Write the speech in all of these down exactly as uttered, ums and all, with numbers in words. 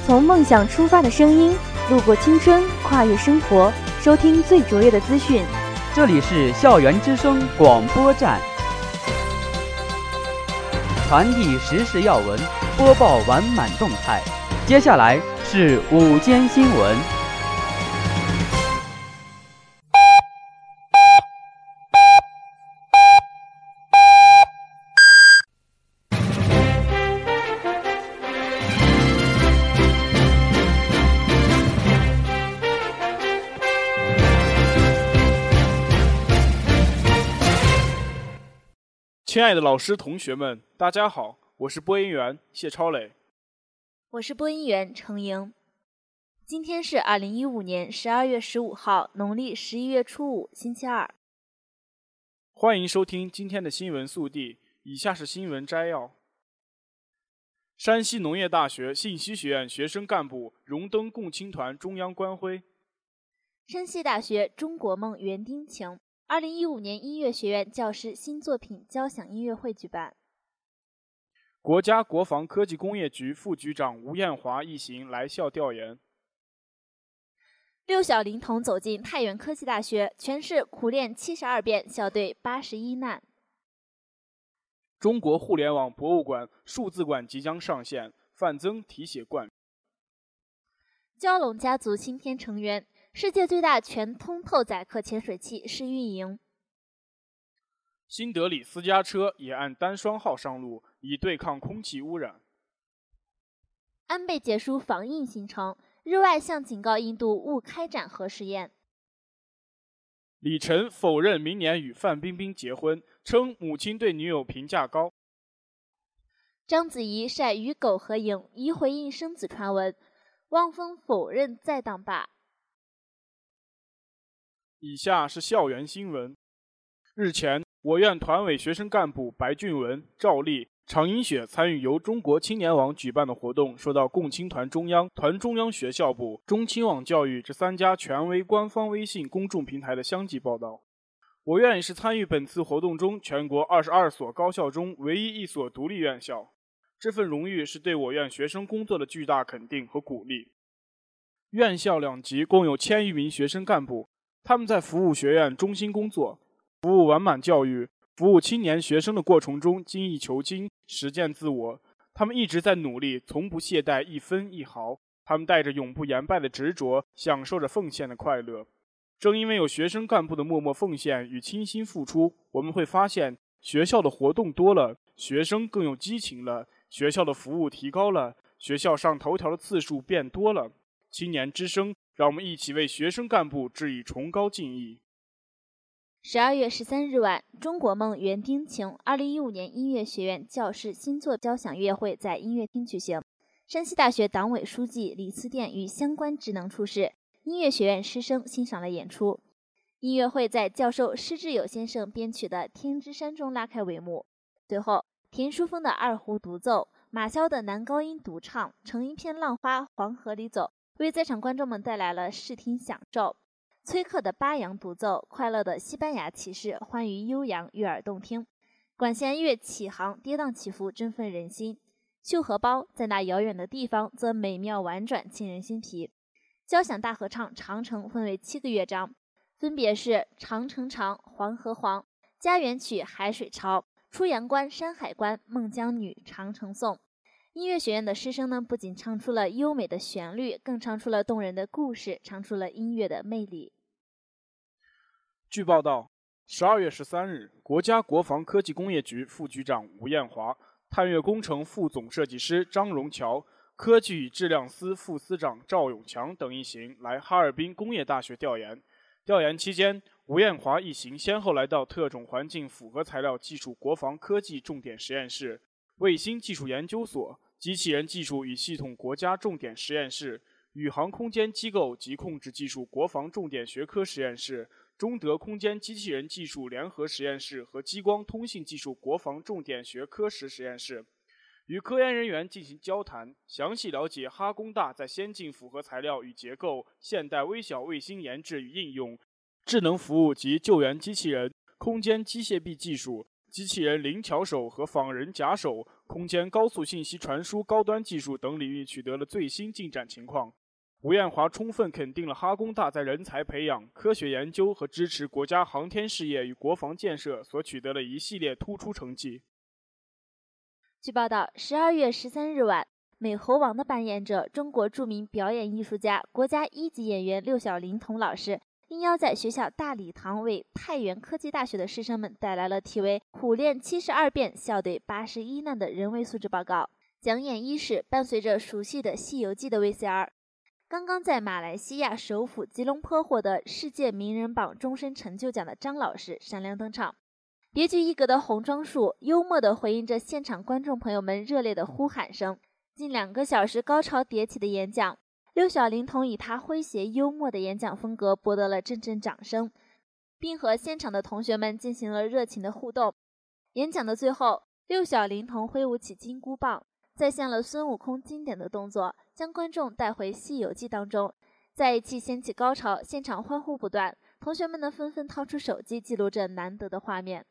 从梦想出发的声音，路过青春，跨越生活，收听最卓越的资讯。 这里是校园之声广播站，传递时事要闻，播报完满动态。接下来是午间新闻。 亲爱的老师、同学们，大家好，我是播音员谢超磊。 我是播音员程莹。今天是二零一五年十二月十五号，农历十一月初五，星期二。 欢迎收听今天的新闻速递，以下是新闻摘要。山西农业大学信息学院学生干部荣登共青团中央官徽。 山西大学中国梦园丁情二零一五年音乐学院教师新作品交响音乐会举办。 国家国防科技工业局副局长吴艳华一行来校调研。 六小龄童走进太原科技大学，全市苦练七十二变，校对八十一难。 中国互联网博物馆数字馆即将上线，范增题写冠。 蛟龙家族新添成员，世界最大全通透载客潜水器试运营。 新德里私家车也按单双号上路，以对抗空气污染。 安倍结束访印行程，日外向警告印度勿开展核试验。 李晨否认明年与范冰冰结婚，称母亲对女友评价高。 章子怡晒与狗合影，疑回应生子传闻，汪峰否认再当爸。 以下是校园新闻。日前，我院团委学生干部白俊文、赵丽、常英雪参与由中国青年网举办的活动，受到共青团中央、团中央学校部、中青网教育这三家权威官方微信公众平台的相继报道。我院是参与本次活动中全国二十二所高校中唯一一所独立院校，这份荣誉是对我院学生工作的巨大肯定和鼓励。院校两级共有千余名学生干部，他们在服务学院中心工作，服务完满教育、服务青年学生的过程中精益求精，实践自我。他们一直在努力，从不懈怠一分一毫。他们带着永不言败的执着，享受着奉献的快乐。正因为有学生干部的默默奉献与倾心付出，我们会发现学校的活动多了，学生更有激情了，学校的服务提高了，学校上头条的次数变多了。青年之声，让我们一起为学生干部致以崇高敬意。 十二月十三日晚，中国梦园丁情二零一五年音乐学院教师新作交响乐会在音乐厅举行。山西大学党委书记李思殿与相关职能处室、音乐学院师生欣赏了演出。音乐会在教授施志友先生编曲的《天之山》中拉开帷幕。随后，田淑峰的二胡独奏、马潇的男高音独唱《乘一片浪花黄河里走》，为在场观众们带来了视听享受。崔克的八扬独奏，快乐的西班牙骑士，欢愉悠扬，悦耳动听。管弦乐起航，跌宕起伏，振奋人心。绣荷包在那遥远的地方，则美妙婉转，沁人心脾。交响大合唱《长城》分为七个乐章，分别是《长城长》《黄河黄》《家园曲》《海水潮》《出阳关》《山海关》《孟姜女》《长城颂》。音乐学院的师生呢，不仅唱出了优美的旋律，更唱出了动人的故事，唱出了音乐的魅力。 据报道，十二月十三日，国家国防科技工业局副局长吴艳华、探月工程副总设计师张荣桥、科技与质量司副司长赵永强等一行来哈尔滨工业大学调研。调研期间，吴艳华一行先后来到特种环境复合材料技术国防科技重点实验室、卫星技术研究所、机器人技术与系统国家重点实验室、宇航空间机构及控制技术国防重点学科实验室、中德空间机器人技术联合实验室和激光通信技术国防重点学科实实验室，与科研人员进行交谈，详细了解哈工大在先进复合材料与结构、现代微小卫星研制与应用、智能服务及救援机器人、空间机械臂技术、机器人灵巧手和仿人假手、 空间、高速信息传输、高端技术等领域取得了最新进展情况。吴艳华充分肯定了哈工大在人才培养、科学研究和支持国家航天事业与国防建设所取得的一系列突出成绩。 据报道，十二月十三日晚，美猴王的扮演者、中国著名表演艺术家、国家一级演员六小龄童老师应邀在学校大礼堂为太原科技大学的师生们带来了题为“苦练七十二变，笑对八十一难”的人为素质报告。讲演伊始，伴随着熟悉的《西游记》的 V C R。刚刚在马来西亚首府吉隆坡获得世界名人榜终身成就奖的张老师闪亮登场，别具一格的红装束幽默地回应着现场观众朋友们热烈的呼喊声。近两个小时高潮迭起的演讲，六小龄童以他诙谐幽默的演讲风格博得了阵阵掌声，并和现场的同学们进行了热情的互动。演讲的最后，六小龄童挥舞起金箍棒，再现了孙悟空经典的动作，将观众带回《西游记》当中，在一起掀起高潮，现场欢呼不断，同学们呢纷纷掏出手机记录着难得的画面。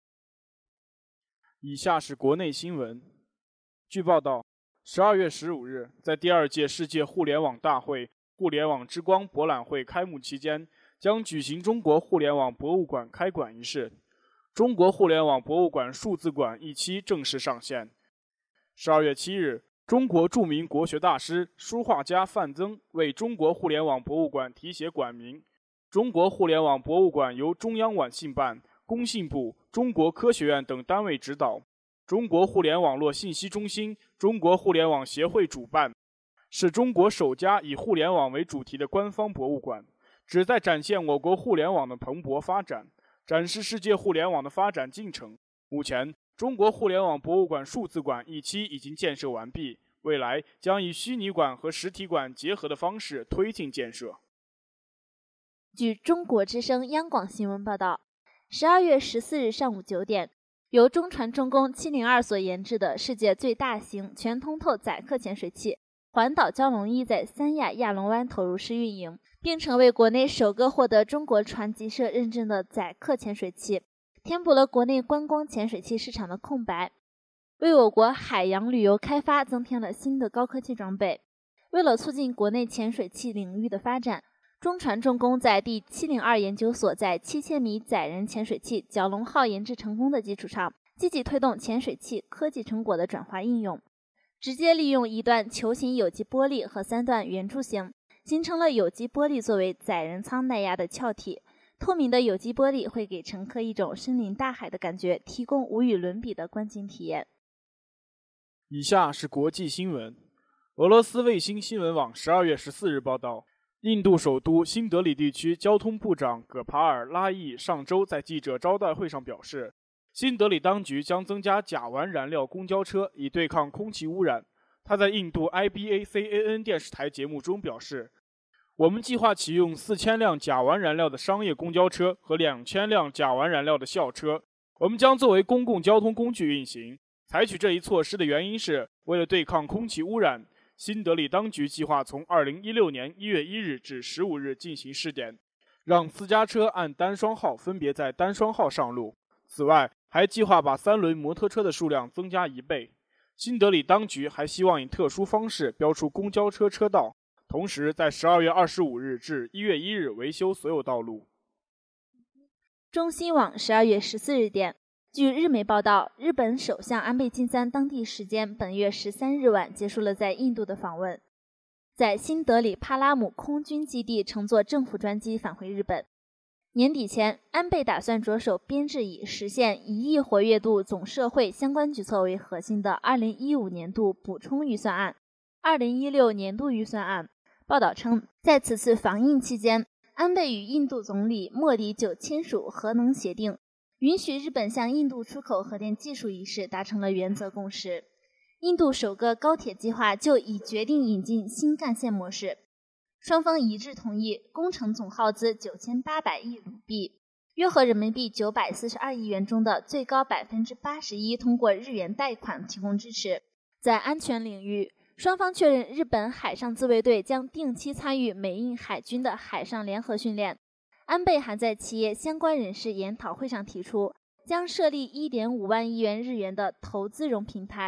以下是国内新闻。据报道，十二月十五日，在第二届世界互联网大会“互联网之光”博览会开幕期间，将举行中国互联网博物馆开馆仪式。中国互联网博物馆数字馆一期正式上线。十二月七日，中国著名国学大师、书画家范曾为中国互联网博物馆题写馆名。中国互联网博物馆由中央网信办、工信部、中国科学院等单位指导，中国互联网络信息中心、中国互联网协会主办，是中国首家以互联网为主题的官方博物馆，旨在展现我国互联网的蓬勃发展，展示世界互联网的发展进程。目前，中国互联网博物馆数字馆一期已经建设完毕，未来将以虚拟馆和实体馆结合的方式推进建设。 据中国之声央广新闻报道，十二月十四日上午九点，由中船重工七零二所研制的世界最大型全通透载客潜水器环岛蛟龙一在三亚亚龙湾投入试运营，并成为国内首个获得中国船级社认证的载客潜水器，填补了国内观光潜水器市场的空白，为我国海洋旅游开发增添了新的高科技装备。为了促进国内潜水器领域的发展，中船重工在第七零二研究所在七千米载人潜水器蛟龙号研制成功的基础上，积极推动潜水器科技成果的转化应用，直接利用一段球形有机玻璃和三段圆柱形，形成了有机玻璃作为载人舱耐压的壳体。透明的有机玻璃会给乘客一种身临大海的感觉，提供无与伦比的观景体验。 以下是国际新闻。俄罗斯卫星新闻网十二月十四日报道，印度首都新德里地区交通部长葛帕尔拉伊上周在记者招待会上表示，新德里当局将增加甲烷燃料公交车以对抗空气污染。他在印度 I B A C A N 电视台节目中表示，我们计划启用四千辆甲烷燃料的商业公交车和两千辆甲烷燃料的校车，我们将作为公共交通工具运行。采取这一措施的原因是为了对抗空气污染。新德里当局计划从二零一六年一月一日至十五日进行试点，让私家车按单双号分别在单双号上路。此外，还计划把三轮摩托车的数量增加一倍。新德里当局还希望以特殊方式标出公交车车道，同时在十二月二十五日至一月一日维修所有道路。 中新网十二月十四日电，据日媒报道，日本首相安倍晋三当地时间本月十三日晚结束了在印度的访问，在新德里帕拉姆空军基地乘坐政府专机返回日本。年底前，安倍打算着手编制以实现一亿活跃度总社会相关举措为核心的二零一五年度补充预算案、二零一六年度预算案。报道称，在此次访印期间，安倍与印度总理莫迪就签署核能协定，允许日本向印度出口核电技术一事达成了原则共识。印度首个高铁计划就已决定引进新干线模式，双方一致同意工程总耗资九千八百亿卢币，约合人民币九百四十二亿元中的最高百分之八十一通过日元贷款提供支持。在安全领域，双方确认日本海上自卫队将定期参与美印海军的海上联合训练。安倍还在企业相关人士研讨会上提出，将设立 一点五万亿元日元的投资融平台，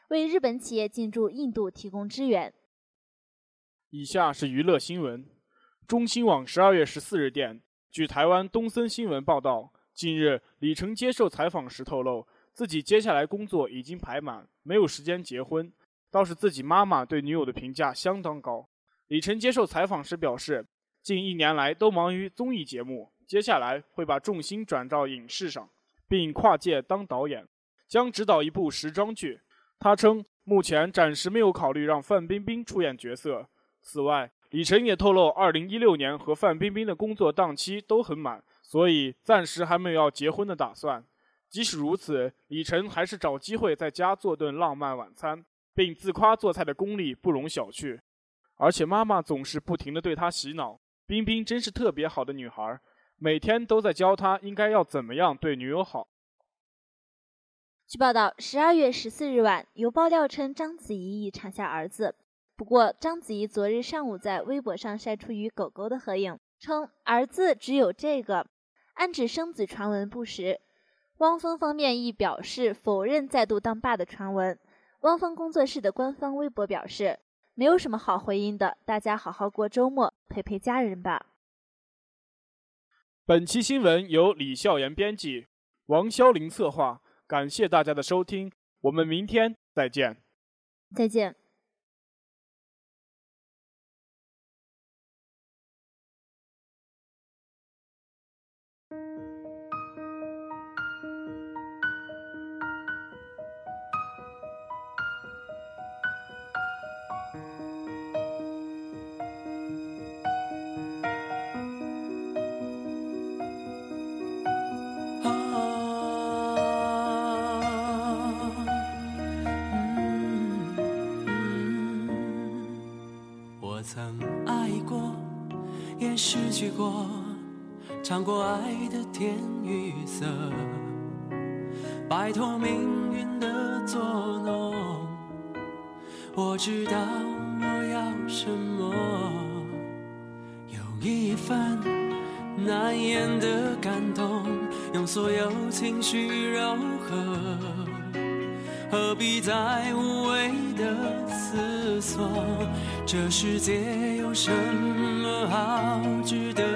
为日本企业进驻印度提供支援。 以下是娱乐新闻。中新网十二月十四日电，据台湾东森新闻报道，近日李晨接受采访时透露，自己接下来工作已经排满，没有时间结婚。倒是自己妈妈对女友的评价相当高。李晨接受采访时表示，近一年来都忙于综艺节目，接下来会把重心转到影视上，并跨界当导演，将执导一部时装剧。他称，目前暂时没有考虑让范冰冰出演角色。此外，李晨也透露，二零一六年和范冰冰的工作档期都很满，所以暂时还没有要结婚的打算。即使如此，李晨还是找机会在家做顿浪漫晚餐，并自夸做菜的功力不容小觑。而且妈妈总是不停地对他洗脑，冰冰真是特别好的女孩，每天都在教他应该要怎么样对女友好。 据报道，十二月十四日晚，有爆料称章子怡已产下儿子。不过，章子怡昨日上午在微博上晒出与狗狗的合影，称儿子只有这个，暗指生子传闻不实。汪峰方面亦表示否认再度当爸的传闻。汪峰工作室的官方微博表示，没有什么好回应的，大家好好过周末，陪陪家人吧。 本期新闻由李孝言编辑，王潇林策划，感谢大家的收听，我们明天再见。 再见。 曾爱过，也失去过，尝过爱的甜与涩，摆脱命运的作弄。我知道我要什么，有一份难言的感动，用所有情绪柔和，何必再无谓的思索？这世界有什么好值得？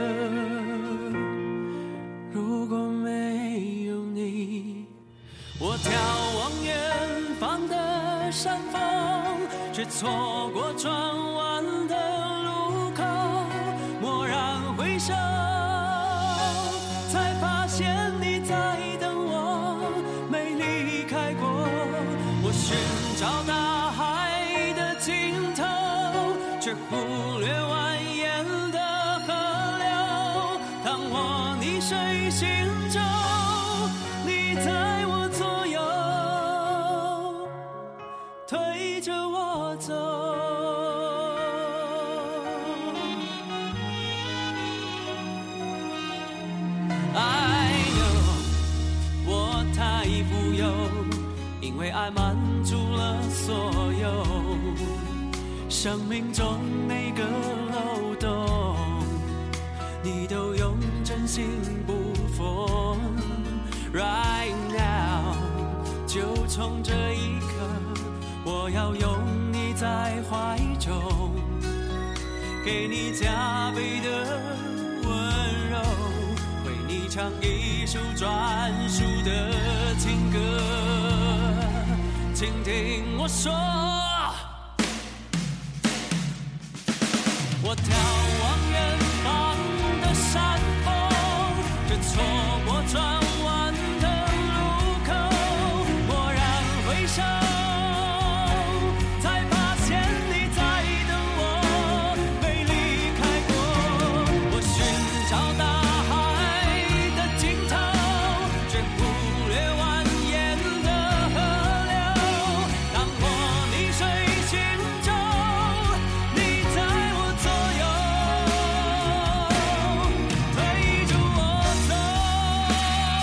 如果没有你，我眺望远方的山峰，却错过转弯的路口。蓦然回首，才发现你在等我，没离开过。我寻找大海的尽头，却忽略蜿蜒的河流。当我溺水行舟，你在我左右，推着我走。I know 我太富有，因为爱满足了所有生命中每个漏洞，你都用真心不缝。 Right now 就从这一刻，我要拥你在怀中，给你加倍的温柔，为你唱一首专属的情歌。请听我说，我眺望远方的山峰，这错过转弯的路口，蓦然回首，才发现你在等我，没离开过。我寻找大海的尽头，却忽略蜿蜒的河流。当我溺水行舟，你在我左右，推着我走。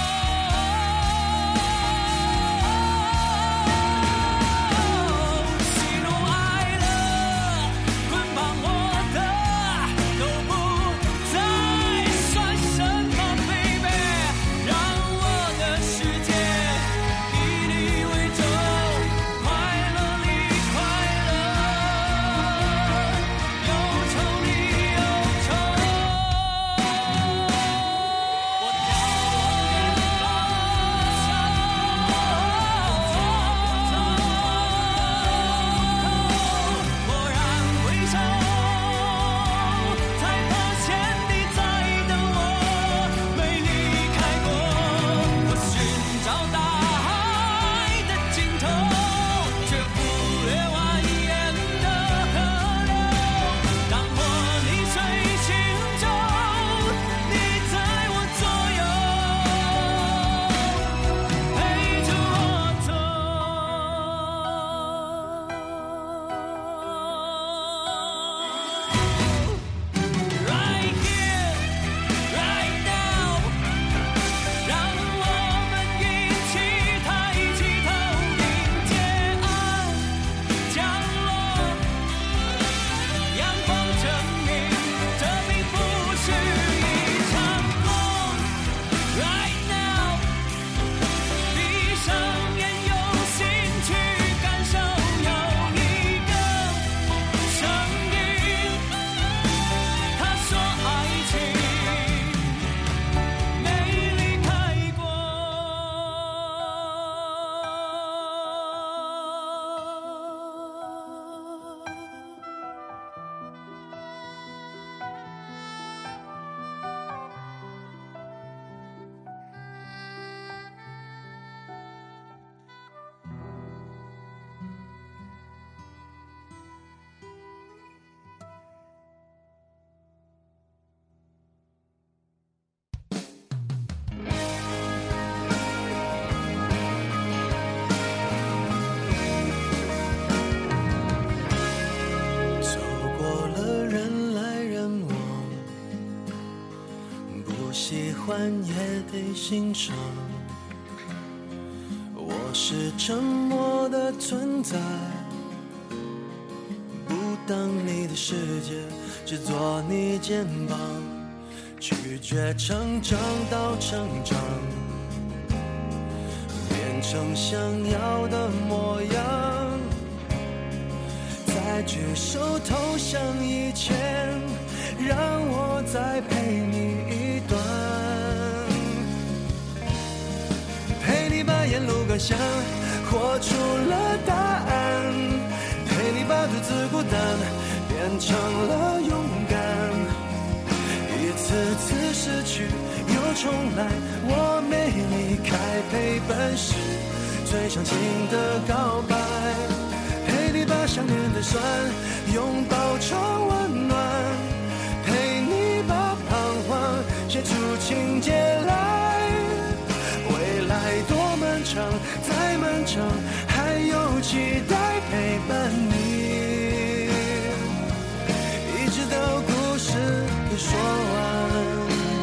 欢也得欣赏。我是沉默的存在，不当你的世界，只做你肩膀，拒绝成长到成长，变成想要的模样，在举手投降以前，让我再陪你一段，陪你把沿路感想活出了答案，陪你把独自孤单变成了勇敢，一次次失去又重来，我没离开陪伴时最长情的告白，陪你把想念的酸拥抱成温暖，陪你把彷徨写出情节来，未来多漫长再漫长，还有期待陪伴你，一直到故事给说完。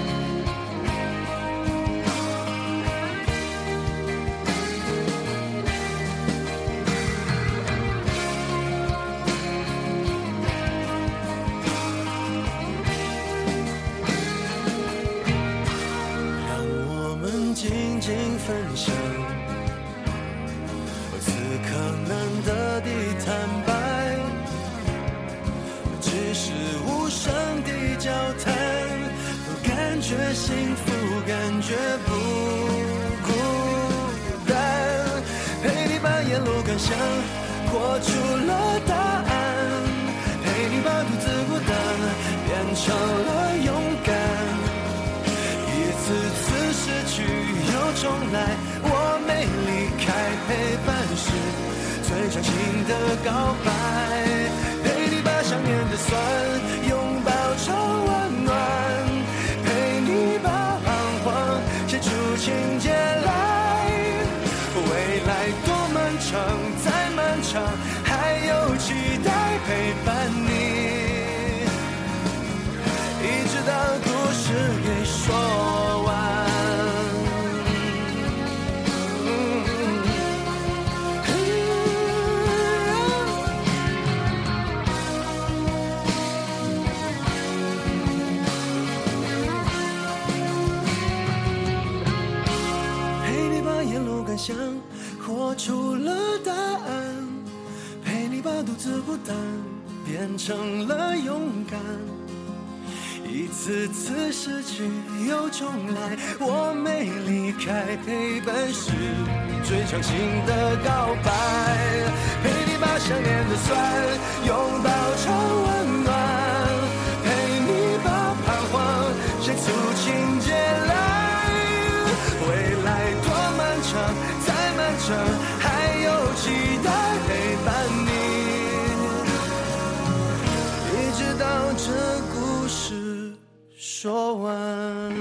静静分享，此刻难得的坦白，只是无声的交谈，都感觉幸福，感觉不孤单，陪你把沿路感想活出了答案，陪你把独自孤单变成了勇敢，一次次失去又重来，我没离开陪伴时最长情的告白，陪你把想念的酸拥抱成温暖，陪你把彷徨写出情节来，未来多漫长再漫长，还有期待陪伴你，一直到故事给说完。想活出了答案，陪你把独自孤单变成了勇敢，一次次失去又重来，我没离开陪伴时最长情的告白，陪你把想念的酸拥抱成温暖，陪你把彷徨写出情节来，未来多漫长再漫长，还有期待陪伴你，一直到这故事说完。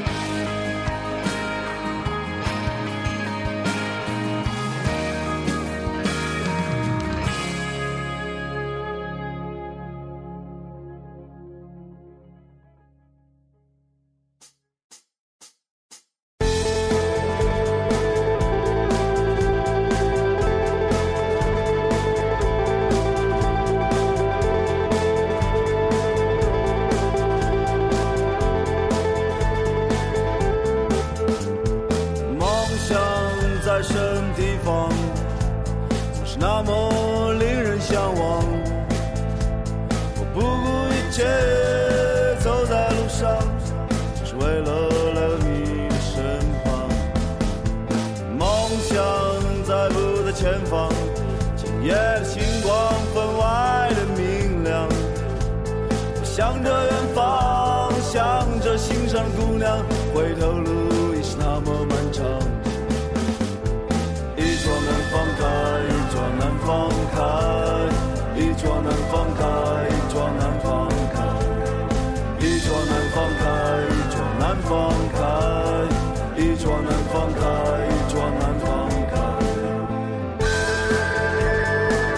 那么令人向往，我不顾一切走在路上，只是为了来到你的身旁。梦想在不在前方，今夜的星光分外的明亮。我向着远方，向着心上的姑娘，回头路已是那么漫长。一桌难放开，一桌难放开，一桌难放开，一桌难放开，一桌难放开，一桌难放开，一桌难放开，一桌难放开。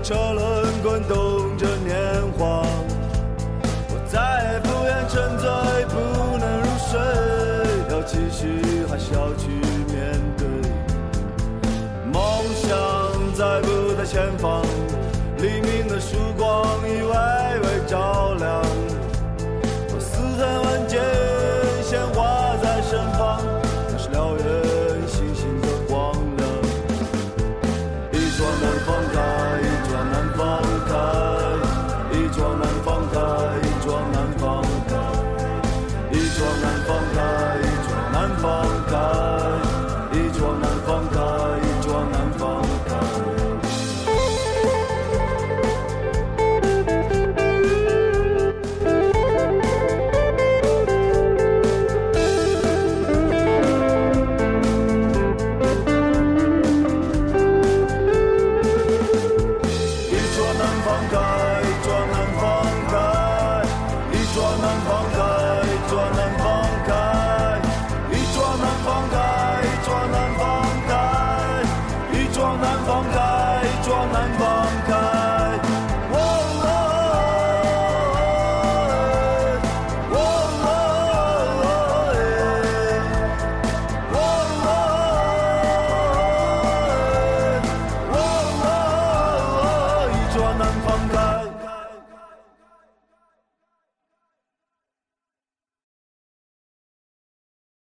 车轮滚动着年华，我再不愿沉醉，不能入睡，要继续还是要去面对？梦想在不在前方，黎明的曙光已微微照亮。